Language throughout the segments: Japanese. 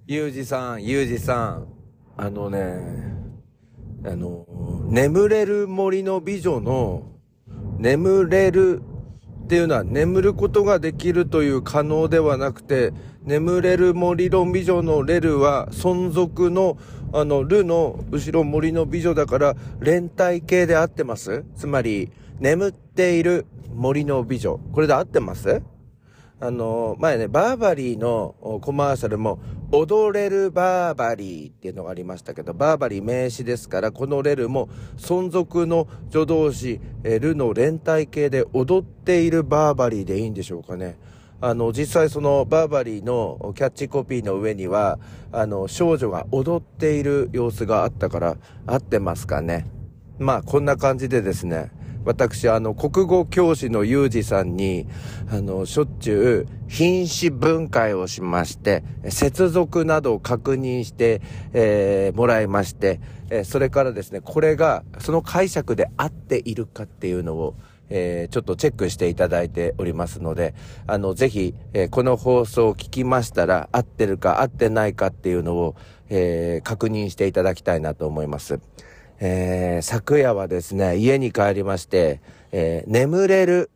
ゆうじさん、眠れる森の美女の、眠れるっていうのは眠ることができるという可能ではなくて、眠れる森の美女のレルは存続の、ルの後ろ森の美女だから連体形で合ってます？つまり、眠っている森の美女。これで合ってます？前ね、バーバリーのコマーシャルも、踊れるバーバリーっていうのがありましたけど、バーバリー名詞ですから、このレルも存続の助動詞、ルの連体形で踊っているバーバリーでいいんでしょうかね。実際そのバーバリーのキャッチコピーの上には、少女が踊っている様子があったから、合ってますかね。まあ、こんな感じでですね、私、国語教師のゆうじさんに、しょっちゅう品詞分解をしまして、接続などを確認して、もらいまして、それからですね、これが、その解釈で合っているかっていうのを、ちょっとチェックしていただいておりますので、ぜひ、この放送を聞きましたら、合ってるか合ってないかっていうのを、確認していただきたいなと思います。昨夜はですね、家に帰りまして、眠れる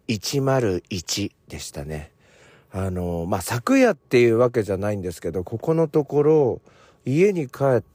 101でしたね。昨夜っていうわけじゃないんですけど、ここのところ、家に帰って、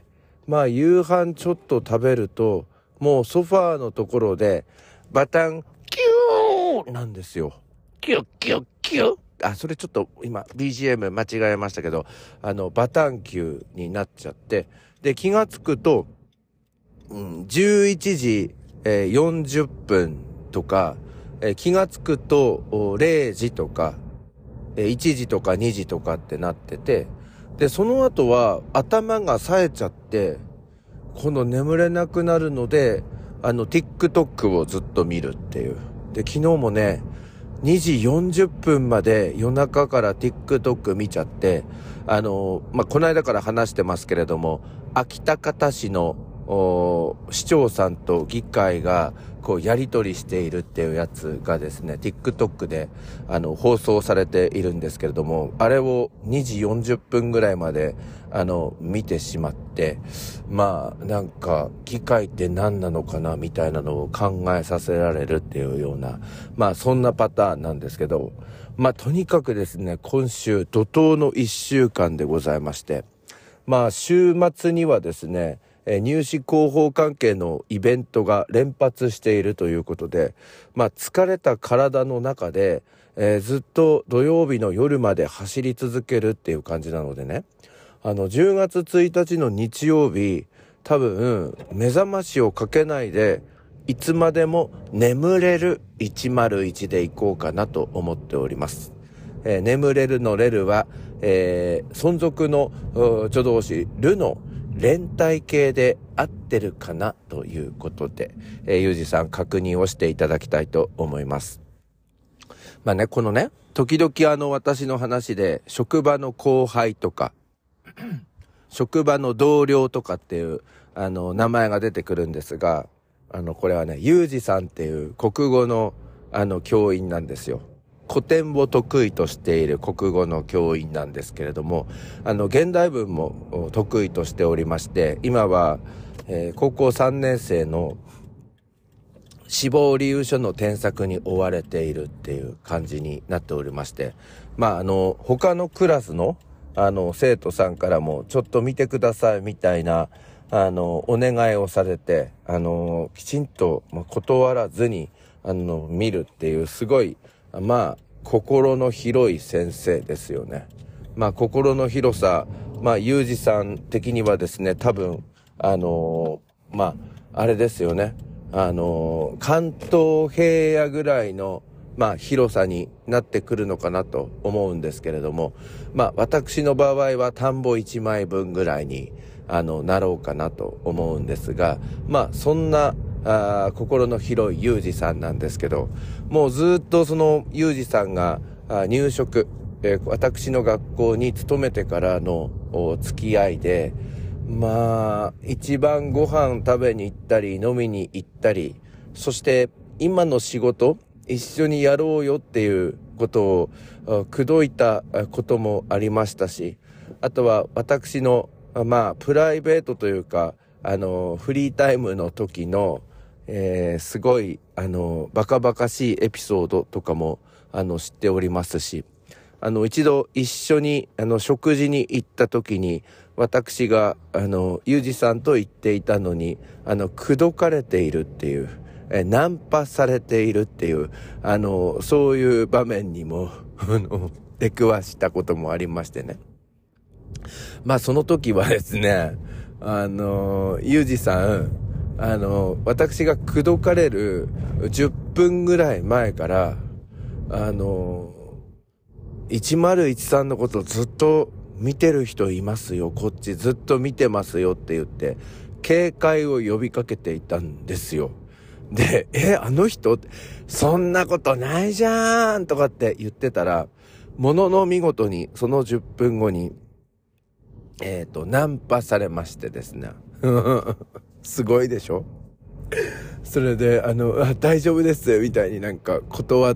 夕飯ちょっと食べると、もうソファーのところで、バタン、キューなんですよ。キュッキュッキュッ。それちょっと今 BGM 間違えましたけど、バタンキューになっちゃって、で、気がつくと、11時、40分とか、気がつくと0時とか、1時とか2時とかってなってて、で、その後は頭が冴えちゃって、今度眠れなくなるので、TikTok をずっと見るっていう。で、昨日もね、2時40分まで夜中から TikTok 見ちゃって、この間から話してますけれども、秋田方市の市長さんと議会がこうやり取りしているっていうやつがですね、TikTok で放送されているんですけれども、あれを2時40分ぐらいまで見てしまって、なんか議会って何なのかなみたいなのを考えさせられるっていうような、そんなパターンなんですけど、とにかくですね、今週怒涛の1週間でございまして、週末にはですね、入試広報関係のイベントが連発しているということで、疲れた体の中で、ずっと土曜日の夜まで走り続けるっていう感じなのでね、10月1日の日曜日、多分目覚ましをかけないでいつまでも眠れる101でいこうかなと思っております。眠れるのレルは、存続の助動詞ルの連体形で合ってるかなということで、ゆうじさん確認をしていただきたいと思います。このね、時々私の話で職場の後輩とか職場の同僚とかっていう名前が出てくるんですが、これはね、ゆうじさんっていう国語の教員なんですよ。古典を得意としている国語の教員なんですけれども、現代文も得意としておりまして、今は、高校3年生の志望理由書の添削に追われているっていう感じになっておりまして、他のクラスの生徒さんからもちょっと見てくださいみたいなお願いをされて、きちんと断らずに見るっていう、すごい心の広い先生ですよね。心の広さ、ゆうじさん的にはですね、多分あれですよね、関東平野ぐらいの広さになってくるのかなと思うんですけれども、私の場合は田んぼ1枚分ぐらいになろうかなと思うんですが、そんな心の広いゆうじさんなんですけど、もうずっとそのゆうじさんが入職、私の学校に勤めてからの付き合いで、一番ご飯食べに行ったり飲みに行ったり、そして今の仕事一緒にやろうよっていうことを口説いたこともありましたし、 あとは私の、プライベートというか、フリータイムの時の、すごい、バカバカしいエピソードとかも、知っておりますし、一度一緒に、食事に行った時に、私が、ユージさんと言っていたのに、口説かれているっていう、ナンパされているっていう、そういう場面にも、出くわしたこともありましてね。その時はですね、ユージさん、私が口説かれる10分ぐらい前から、1013のことずっと見てる人いますよ。こっちずっと見てますよって言って、警戒を呼びかけていたんですよ。で、あの人そんなことないじゃんとかって言ってたら、ものの見事にその10分後に、ナンパされましてですね。すごいでしょ？それで、大丈夫ですみたいになんか断って、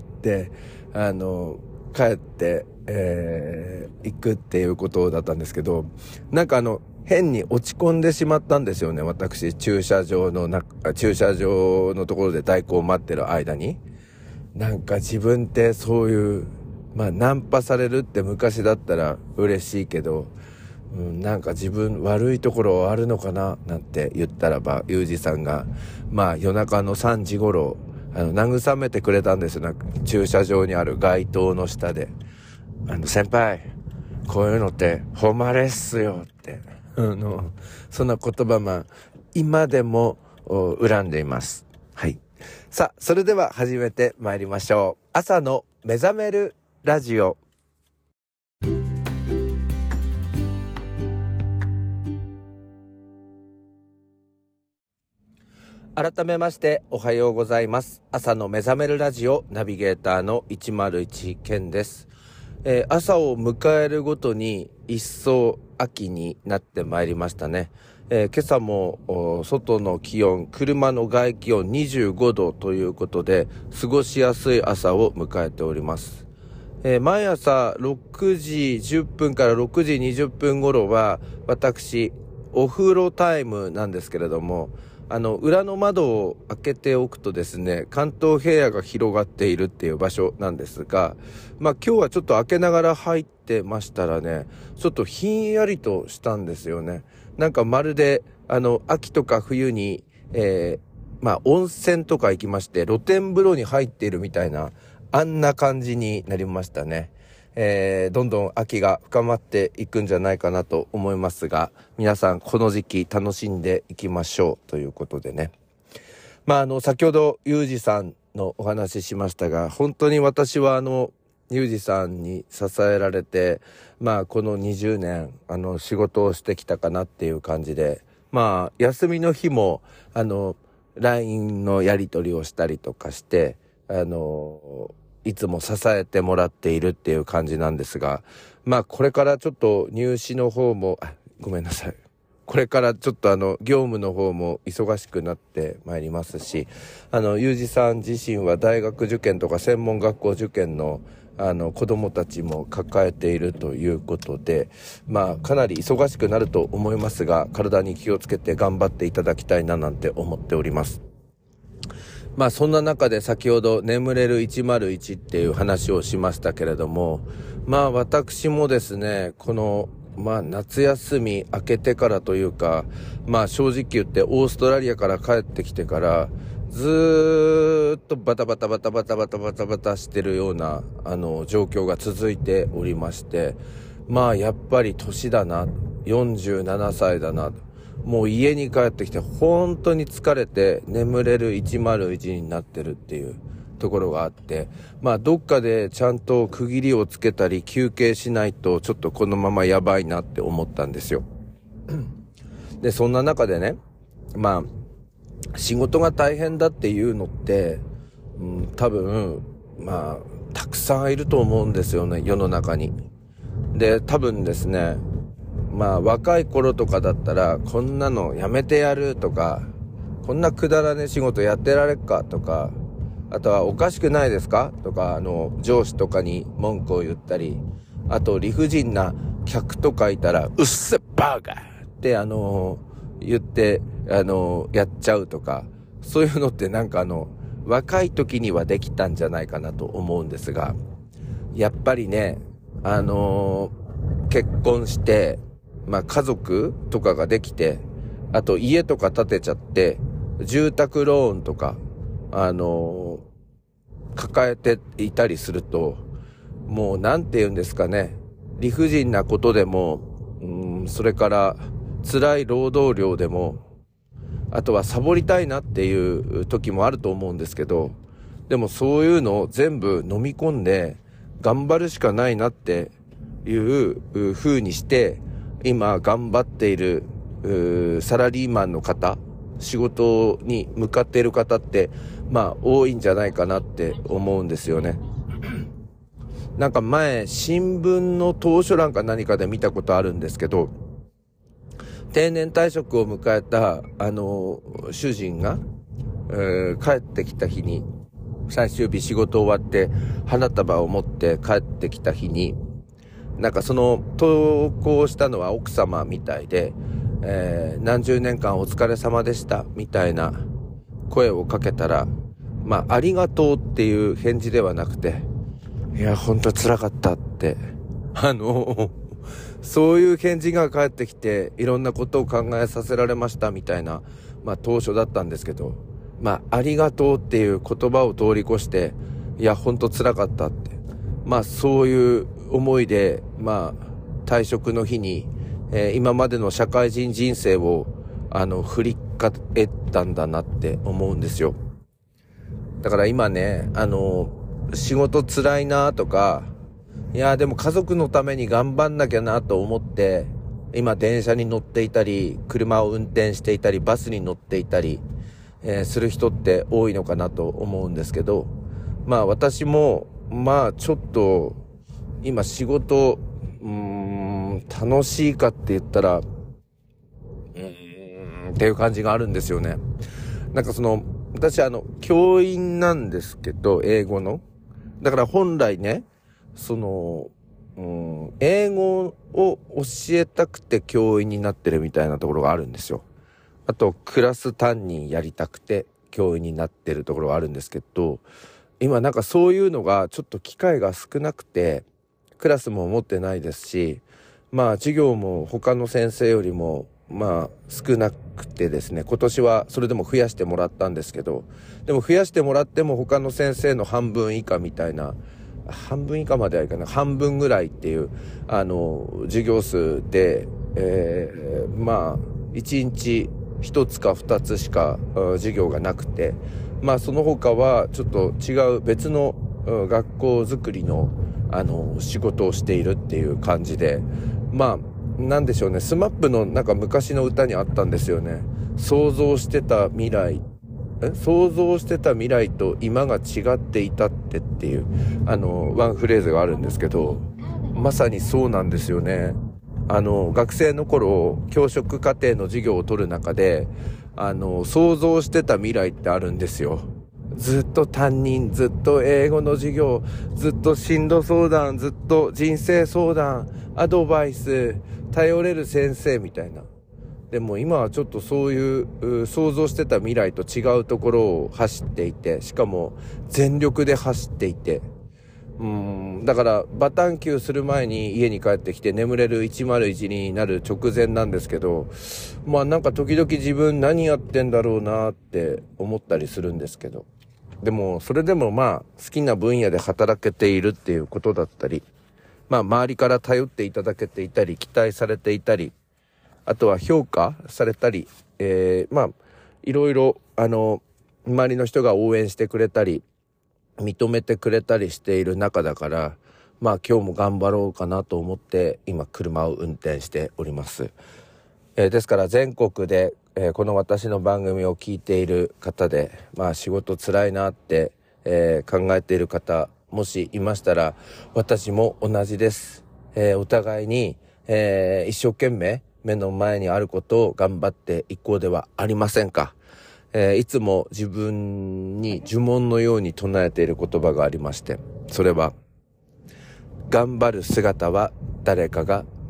帰って、行くっていうことだったんですけど、なんか変に落ち込んでしまったんですよね。私、駐車場のところで代行を待ってる間に。なんか自分ってそういう、ナンパされるって昔だったら嬉しいけど、なんか自分悪いところあるのかななんて言ったらば、ユージさんが、夜中の3時頃、慰めてくれたんですよ。なんか駐車場にある街灯の下で。先輩、こういうのって誉れっすよって。そんな言葉、今でも恨んでいます。はい。さあ、それでは始めて参りましょう。朝の目覚めるラジオ。改めましておはようございます。朝の目覚めるラジオナビゲーターの101健です。朝を迎えるごとに一層秋になってまいりましたね。今朝も外の気温、車の外気温25度ということで過ごしやすい朝を迎えております。毎朝6時10分から6時20分頃は私お風呂タイムなんですけれども、裏の窓を開けておくとですね、関東平野が広がっているっていう場所なんですが、今日はちょっと開けながら入ってましたらね、ちょっとひんやりとしたんですよね。なんかまるで、秋とか冬に、温泉とか行きまして、露天風呂に入っているみたいな、あんな感じになりましたね。どんどん秋が深まっていくんじゃないかなと思いますが、皆さんこの時期楽しんでいきましょうということでね。先ほどユージさんのお話ししましたが、本当に私はユージさんに支えられて、この20年仕事をしてきたかなっていう感じで、休みの日もLINE のやり取りをしたりとかしていつも支えてもらっているっていう感じなんですが、これからちょっと入試の方もごめんなさい。これからちょっと業務の方も忙しくなってまいりますし、ユージさん自身は大学受験とか専門学校受験の子供たちも抱えているということで、かなり忙しくなると思いますが、体に気をつけて頑張っていただきたいななんて思っております。そんな中で先ほど眠れる101っていう話をしましたけれども、私もですね、この夏休み明けてからというか、正直言ってオーストラリアから帰ってきてからずーっとバタバタしてるような状況が続いておりまして、やっぱり年だな、47歳だな、もう家に帰ってきて本当に疲れて眠れる101になってるっていうところがあって、どっかでちゃんと区切りをつけたり休憩しないとちょっとこのままやばいなって思ったんですよ。で、そんな中でね、仕事が大変だっていうのって、多分たくさんいると思うんですよね、世の中に。で、多分ですね、若い頃とかだったらこんなのやめてやるとか、こんなくだらねえ仕事やってられっかとか、あとはおかしくないですかとか上司とかに文句を言ったり、あと理不尽な客とかいたら、うっせバーガーって言って、やっちゃうとか、そういうのってなんか若い時にはできたんじゃないかなと思うんですが、やっぱりね、結婚して、家族とかができて、あと家とか建てちゃって、住宅ローンとか、抱えていたりすると、もうなんて言うんですかね、理不尽なことでも、それから辛い労働量でも、あとはサボりたいなっていう時もあると思うんですけど、でもそういうのを全部飲み込んで頑張るしかないなっていう風にして、今頑張っているサラリーマンの方、仕事に向かっている方って多いんじゃないかなって思うんですよね。なんか前新聞の投書欄か何かで見たことあるんですけど、定年退職を迎えた主人が、帰ってきた日に、最終日仕事終わって花束を持って帰ってきた日に、なんかその投稿したのは奥様みたいで、何十年間お疲れ様でしたみたいな声をかけたら、ありがとうっていう返事ではなくて、いや本当辛かったってそういう返事が返ってきて、いろんなことを考えさせられましたみたいな当初だったんですけど、ありがとうっていう言葉を通り越して、いや本当辛かったって、そういう思いで退職の日に、今までの社会人人生を振り返ったんだなって思うんですよ。だから今ね、仕事辛いなとか、いやでも家族のために頑張んなきゃなと思って、今電車に乗っていたり、車を運転していたり、バスに乗っていたり、する人って多いのかなと思うんですけど、私もちょっと今仕事楽しいかって言ったらっていう感じがあるんですよね。なんか私教員なんですけど、英語の。だから本来ね、英語を教えたくて教員になってるみたいなところがあるんですよ。あとクラス担任やりたくて教員になってるところがあるんですけど、今なんかそういうのがちょっと機会が少なくて、クラスも持ってないですし、授業も他の先生よりも少なくてですね、今年はそれでも増やしてもらったんですけど、でも増やしてもらっても他の先生の半分以下みたいな、半分以下まではいかない、半分ぐらいっていう授業数で、1日1つか2つしか授業がなくて、その他はちょっと違う別の学校づくりの仕事をしているっていう感じで、なんでしょうね、スマップのなんか昔の歌にあったんですよね。想像してた未来と今が違っていたっていうワンフレーズがあるんですけど、まさにそうなんですよね。学生の頃教職課程の授業を取る中で想像してた未来ってあるんですよ。ずっと担任、ずっと英語の授業、ずっと進路相談、ずっと人生相談、アドバイス、頼れる先生みたいな。でも今はちょっとそういう想像してた未来と違うところを走っていて、しかも全力で走っていて、だからバタンキューする前に家に帰ってきて眠れる101になる直前なんですけど、なんか時々自分何やってんだろうなって思ったりするんですけど、でもそれでも好きな分野で働けているっていうことだったり、周りから頼っていただけていたり、期待されていたり、あとは評価されたり、いろいろ周りの人が応援してくれたり認めてくれたりしている中だから、今日も頑張ろうかなと思って今車を運転しております。ですから全国で、この私の番組を聞いている方で、仕事辛いなって、考えている方もしいましたら、私も同じです。お互いに、一生懸命目の前にあることを頑張っていこうではありませんか。いつも自分に呪文のように唱えている言葉がありまして、それは頑張る姿は誰かが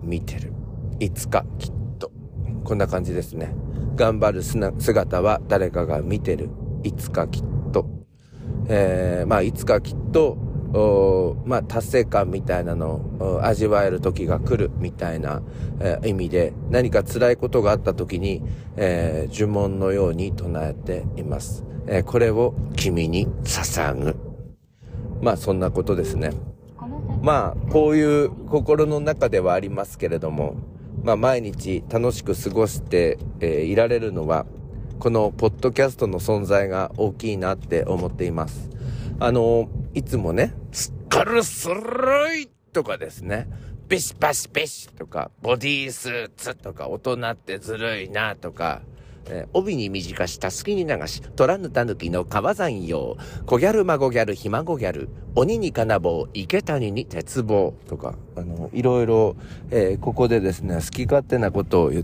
見てる。いつかきっと。こんな感じですね。頑張る姿は誰かが見てる。いつかきっと。いつかきっと、達成感みたいなのを味わえる時が来るみたいな、意味で、何か辛いことがあった時に、呪文のように唱えています。これを君に捧ぐ。そんなことですね。こういう心の中ではありますけれども、毎日楽しく過ごして、いられるのは、このポッドキャストの存在が大きいなって思っています。いつもね、スカルスルイとかですね、ビシバシビシとか、ボディースーツとか、大人ってずるいなとか、帯に短し、たすきに流し、取らぬたぬきの川山用、小ギャル、孫ギャル、ひ孫ギャル、鬼に金棒、池谷に鉄棒とか、いろいろ、ここでですね、好き勝手なことを言って、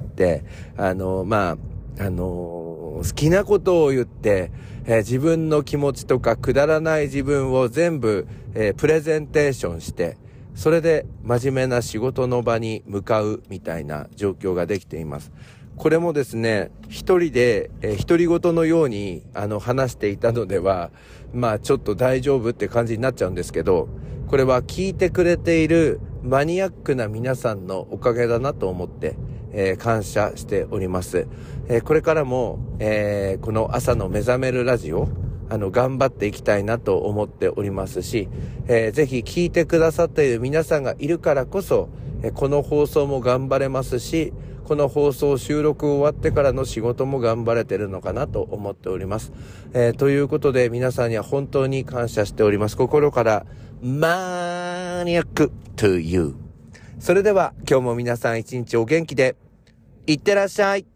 好きなことを言って、自分の気持ちとかくだらない自分を全部、プレゼンテーションして、それで真面目な仕事の場に向かうみたいな状況ができています。これもですね、一人で、独り言のように話していたのでは、ちょっと大丈夫って感じになっちゃうんですけど、これは聞いてくれているマニアックな皆さんのおかげだなと思って、感謝しております。これからも、この朝の目覚めるラジオ、頑張っていきたいなと思っておりますし、ぜひ聞いてくださっている皆さんがいるからこそ、この放送も頑張れますし、この放送収録終わってからの仕事も頑張れてるのかなと思っております。ということで皆さんには本当に感謝しております。心からマニアック to you。それでは今日も皆さん一日お元気でいってらっしゃい。